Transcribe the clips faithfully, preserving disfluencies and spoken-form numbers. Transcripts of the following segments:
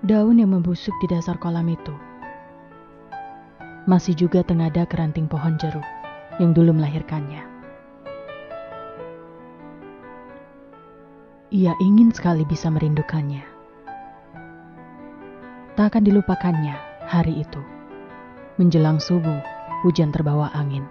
Daun yang membusuk di dasar kolam itu masih juga tengada ke ranting pohon jeruk yang dulu melahirkannya. Ia ingin sekali bisa merindukannya. Tak akan dilupakannya hari itu. Menjelang subuh, hujan terbawa angin.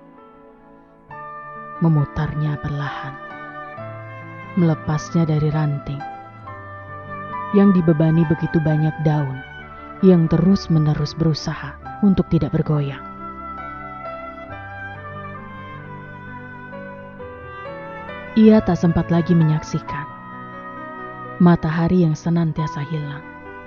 Memutarnya perlahan. Melepasnya dari ranting yang dibebani begitu banyak daun yang terus-menerus berusaha untuk tidak bergoyang. Ia tak sempat lagi menyaksikan matahari yang senantiasa hilang.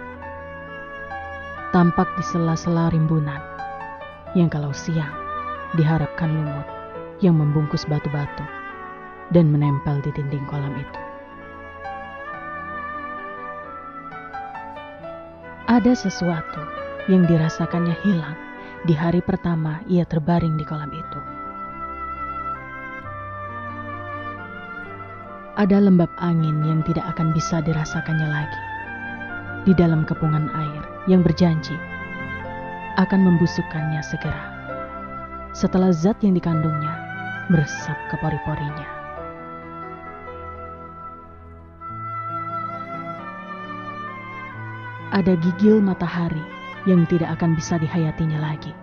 Tampak di sela-sela rimbunan yang kalau siang diharapkan lumut yang membungkus batu-batu dan menempel di dinding kolam itu. Ada sesuatu yang dirasakannya hilang di hari pertama ia terbaring di kolam itu. Ada lembab angin yang tidak akan bisa dirasakannya lagi di dalam kepungan air yang berjanji akan membusukkannya segera setelah zat yang dikandungnya meresap ke pori-porinya. Ada gigil matahari yang tidak akan bisa dihayatinya lagi.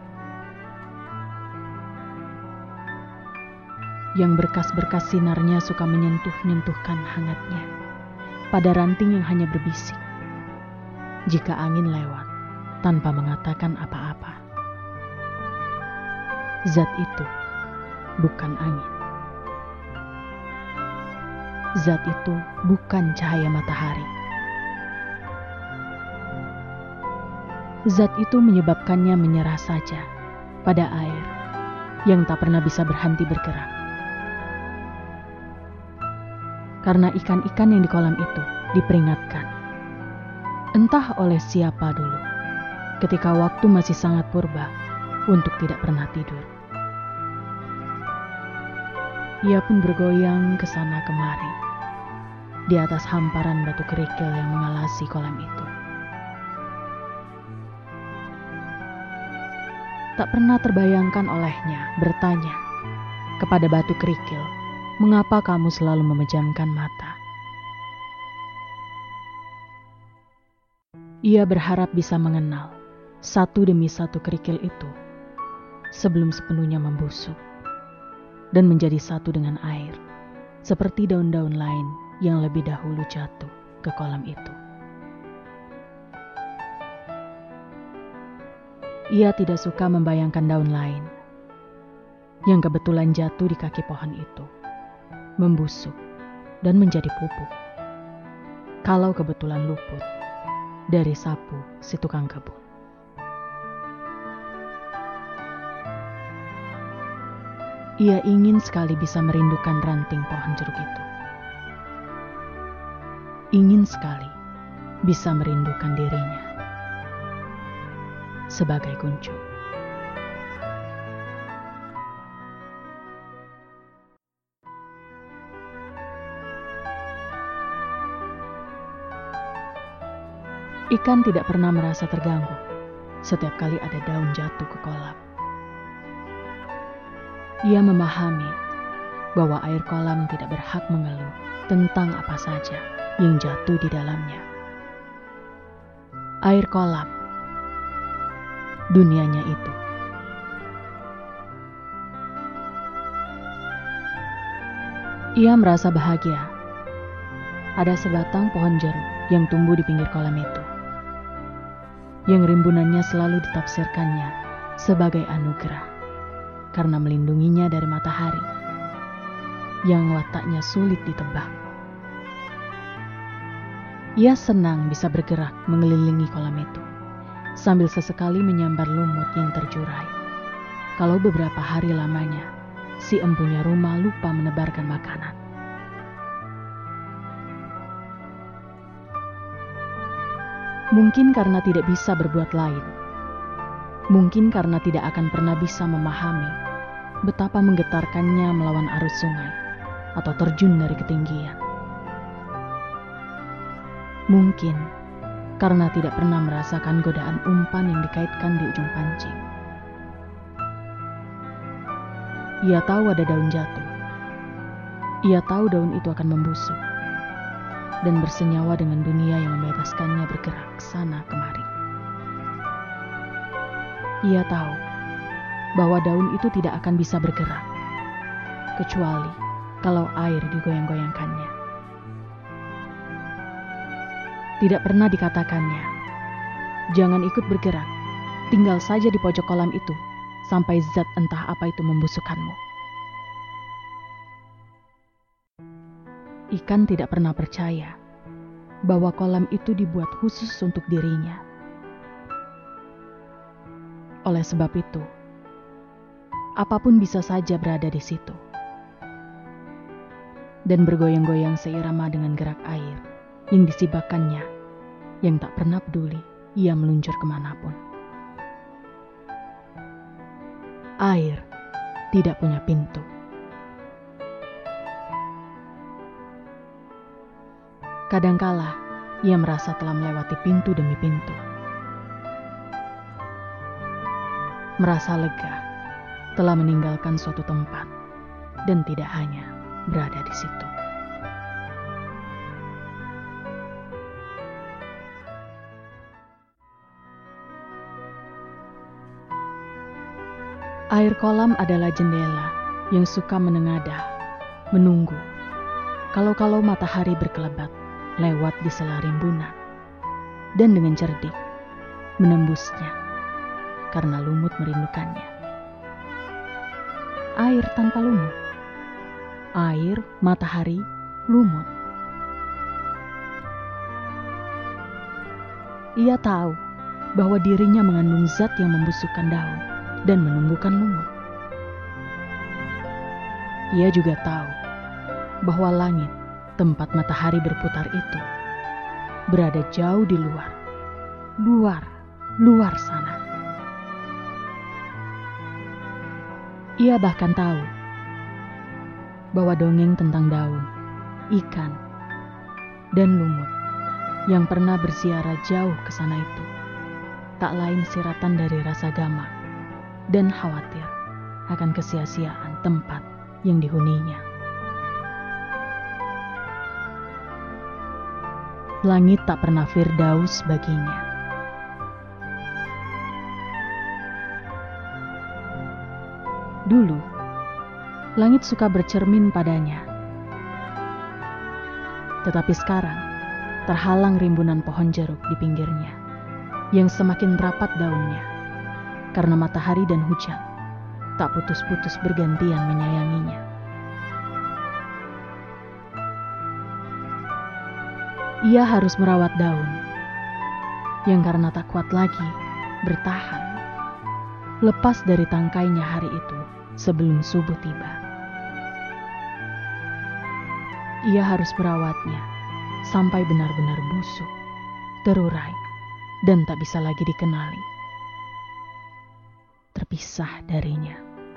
Yang berkas-berkas sinarnya suka menyentuh-nyentuhkan hangatnya pada ranting yang hanya berbisik jika angin lewat tanpa mengatakan apa-apa. Zat itu bukan angin. Zat itu bukan cahaya matahari. Zat itu menyebabkannya menyerah saja pada air yang tak pernah bisa berhenti bergerak. Karena ikan-ikan yang di kolam itu diperingatkan, entah oleh siapa dulu, ketika waktu masih sangat purba, untuk tidak pernah tidur. Ia pun bergoyang ke sana kemari, di atas hamparan batu kerikil yang mengalasi kolam itu. Tak pernah terbayangkan olehnya bertanya kepada batu kerikil, mengapa kamu selalu memejamkan mata? Ia berharap bisa mengenal satu demi satu kerikil itu sebelum sepenuhnya membusuk dan menjadi satu dengan air, seperti daun-daun lain yang lebih dahulu jatuh ke kolam itu. Ia tidak suka membayangkan daun lain yang kebetulan jatuh di kaki pohon itu, membusuk dan menjadi pupuk, kalau kebetulan luput dari sapu si tukang kebun. Ia ingin sekali bisa merindukan ranting pohon jeruk itu. Ingin sekali bisa merindukan dirinya sebagai kuncup. Ikan tidak pernah merasa terganggu setiap kali ada daun jatuh ke kolam. Ia memahami bahwa air kolam tidak berhak mengeluh tentang apa saja yang jatuh di dalamnya. Air kolam, dunianya itu. Ia merasa bahagia. Ada sebatang pohon jeruk yang tumbuh di pinggir kolam itu, yang rimbunannya selalu ditafsirkannya sebagai anugerah karena melindunginya dari matahari yang wataknya sulit ditebak. Ia senang bisa bergerak mengelilingi kolam itu sambil sesekali menyambar lumut yang terjurai. Kalau beberapa hari lamanya si empunya rumah lupa menebarkan makanan. Mungkin karena tidak bisa berbuat lain. Mungkin karena tidak akan pernah bisa memahami betapa menggetarkannya melawan arus sungai atau terjun dari ketinggian. Mungkin karena tidak pernah merasakan godaan umpan yang dikaitkan di ujung pancing. Ia tahu ada daun jatuh. Ia tahu daun itu akan membusuk dan bersenyawa dengan dunia yang membebaskannya bergerak sana kemari. Ia tahu bahwa daun itu tidak akan bisa bergerak kecuali kalau air digoyang-goyangkannya. Tidak pernah dikatakannya, jangan ikut bergerak, tinggal saja di pojok kolam itu sampai zat entah apa itu membusukkanmu. Ikan tidak pernah percaya bahwa kolam itu dibuat khusus untuk dirinya. Oleh sebab itu, apapun bisa saja berada di situ dan bergoyang-goyang seirama dengan gerak air yang disibakannya, yang tak pernah peduli ia meluncur kemanapun. Air tidak punya pintu. Kadangkala ia merasa telah melewati pintu demi pintu. Merasa lega telah meninggalkan suatu tempat dan tidak hanya berada di situ. Air kolam adalah jendela yang suka menengadah, menunggu, kalau-kalau matahari berkelebat lewat di sela rimbunan, dan dengan cerdik menembusnya karena lumut merindukannya. Air tanpa lumut, air, matahari, lumut. Ia tahu bahwa dirinya mengandung zat yang membusukkan daun dan menumbuhkan lumut. Ia juga tahu bahwa langit tempat matahari berputar itu berada jauh di luar, luar, luar sana. Ia bahkan tahu bahwa dongeng tentang daun, ikan, dan lumut yang pernah berziarah jauh ke sana itu tak lain siratan dari rasa gamak dan khawatir akan kesia-siaan tempat yang dihuninya. Langit tak pernah firdaus baginya. Dulu, langit suka bercermin padanya. Tetapi sekarang, terhalang rimbunan pohon jeruk di pinggirnya, yang semakin rapat daunnya, karena matahari dan hujan tak putus-putus bergantian menyayanginya. Ia harus merawat daun, yang karena tak kuat lagi bertahan, lepas dari tangkainya hari itu sebelum subuh tiba. Ia harus merawatnya sampai benar-benar busuk, terurai, dan tak bisa lagi dikenali. Terpisah darinya.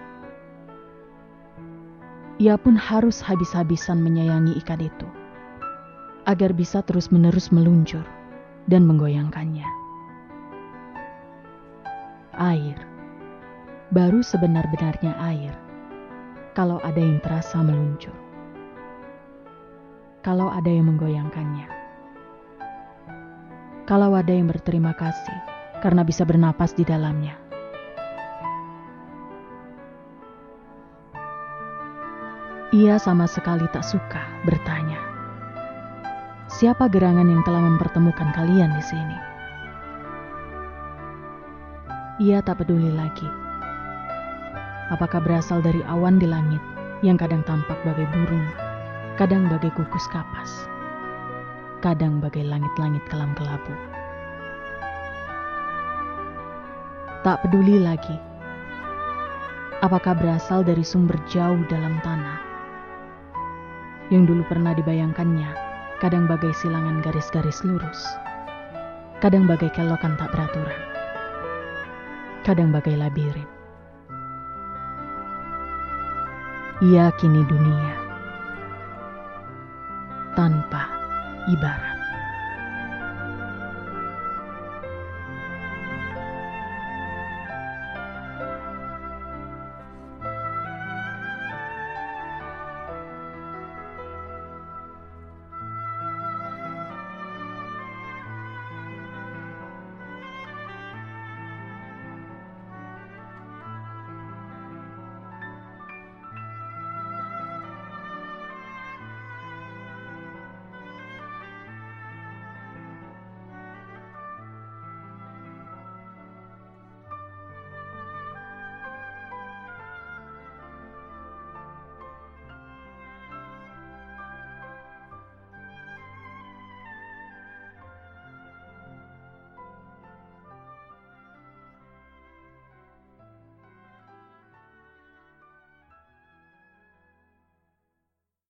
Ia pun harus habis-habisan menyayangi ikan itu, agar bisa terus-menerus meluncur dan menggoyangkannya. Air, baru sebenar-benarnya air, kalau ada yang terasa meluncur, kalau ada yang menggoyangkannya, kalau ada yang berterima kasih karena bisa bernapas di dalamnya. Ia sama sekali tak suka bertanya, siapa gerangan yang telah mempertemukan kalian di sini? Ia tak peduli lagi. Apakah berasal dari awan di langit yang kadang tampak bagai burung, kadang bagai gugus kapas, kadang bagai langit-langit kelam kelabu. Tak peduli lagi. Apakah berasal dari sumber jauh dalam tanah, yang dulu pernah dibayangkannya kadang bagai silangan garis-garis lurus, kadang bagai kelokan tak beraturan, kadang bagai labirin. Ia kini dunia tanpa ibarat.